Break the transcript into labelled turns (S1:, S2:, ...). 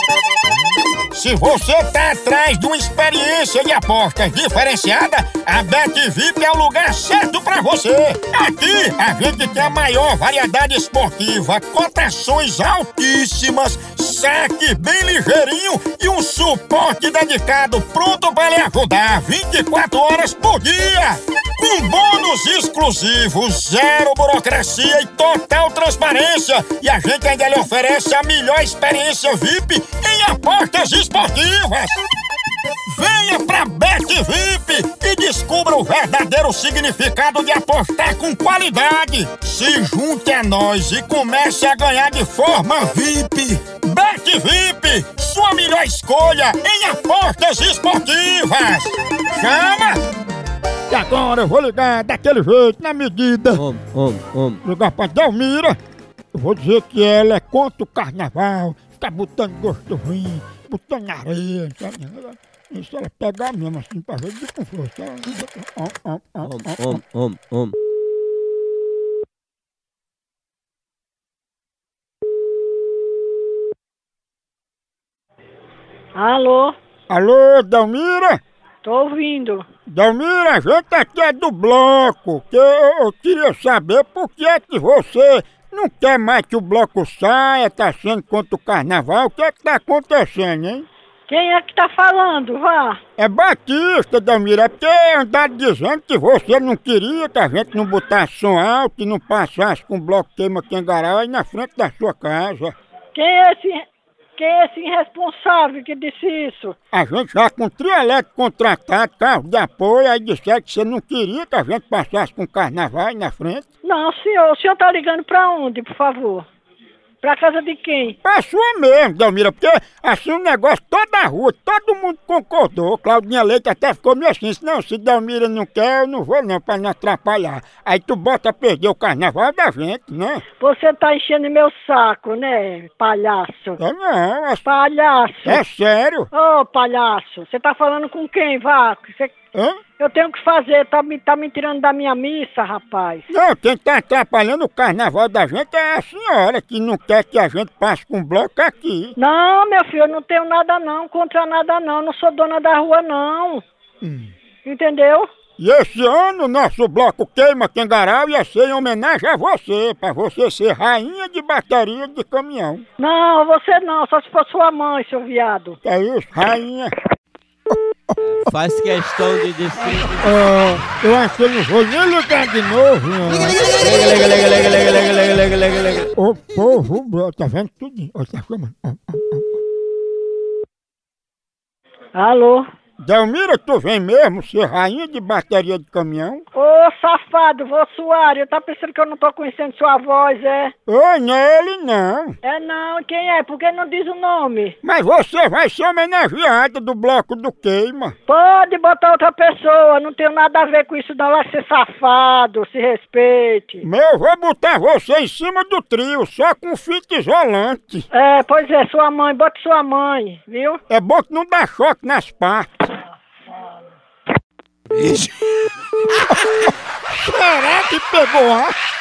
S1: Se você tá atrás de uma experiência de apostas diferenciada, a BetVip é o lugar certo pra você. Aqui a gente tem a maior variedade esportiva, cotações altíssimas, saque bem ligeirinho e um suporte dedicado pronto pra lhe ajudar 24 horas por dia. Com bônus exclusivos, zero burocracia e total transparência. E a gente ainda lhe oferece a melhor experiência VIP em apostas esportivas. Venha pra BetVip e descubra o verdadeiro significado de apostar com qualidade. Se junte a nós e comece a ganhar de forma VIP. BetVip, sua melhor escolha em apostas esportivas. Chama! E agora eu vou ligar daquele jeito, na medida. Ligar pra Delmira. Eu vou dizer que ela é contra o carnaval. Fica botando gosto ruim, botando areia, sabe? Isso ela pegar mesmo assim pra ver de com força.
S2: Alô?
S1: Alô, Delmira?
S2: Tô ouvindo.
S1: Delmira, a gente aqui é do bloco, que eu queria saber por que é que você não quer mais que o bloco saia, tá sendo contra o carnaval, o que é que tá acontecendo, hein?
S2: Quem é que tá falando, vá?
S1: É Batista, Delmira, é porque andaram dizendo que você não queria que a gente não botasse som alto e não passasse com o bloco queima Quengarau aí na frente da sua casa.
S2: Quem é esse irresponsável que disse isso?
S1: A gente já com trio elétrico contratado, carro de apoio, aí disseram que você não queria que a gente passasse com o carnaval aí na frente.
S2: Não, senhor. O senhor tá ligando pra onde, por favor? Pra casa de quem?
S1: Pra sua mesmo, Delmira, porque assim o negócio toda a rua, todo mundo concordou. Claudinha Leite até ficou meio assim, não, se Delmira não quer, eu não vou não, pra não atrapalhar. Aí tu bota a perder o carnaval da gente, né?
S2: Você tá enchendo meu saco, né, palhaço?
S1: É não, é...
S2: Palhaço!
S1: É sério?
S2: Ô, palhaço, você tá falando com quem, vá?
S1: Hã?
S2: Eu tenho que fazer, tá me tirando da minha missa, rapaz.
S1: Não, quem tá atrapalhando o carnaval da gente é a senhora, que não quer que a gente passe com bloco aqui.
S2: Não, meu filho, eu não tenho nada não, contra nada não, não sou dona da rua não. Entendeu?
S1: E esse ano o nosso bloco Queima Quengarau ia ser em homenagem a você, pra você ser rainha de bateria de caminhão.
S2: Não, você não, só se for sua mãe, seu viado.
S1: É isso, rainha.
S3: Faz questão de dizer.
S1: Eu acho que eu não vou nem ligar de novo.
S3: Lega.
S1: O povo, tá vendo tudo? Tá chamando.
S2: Alô?
S1: Delmira, tu vem mesmo ser rainha de bateria de caminhão?
S2: Ô, safado, vô suário, tá pensando que eu não tô conhecendo sua voz, é?
S1: Ô, não é ele não.
S2: É não, quem é? Por que não diz o nome?
S1: Mas você vai ser homenageada do bloco do Queima.
S2: Pode botar outra pessoa, não tenho nada a ver com isso não, vai ser safado, se respeite.
S1: Eu vou botar você em cima do trio, só com fita isolante.
S2: É, pois é, sua mãe, bote sua mãe, viu?
S1: É bom que não dá choque nas partes. Será que pegou a?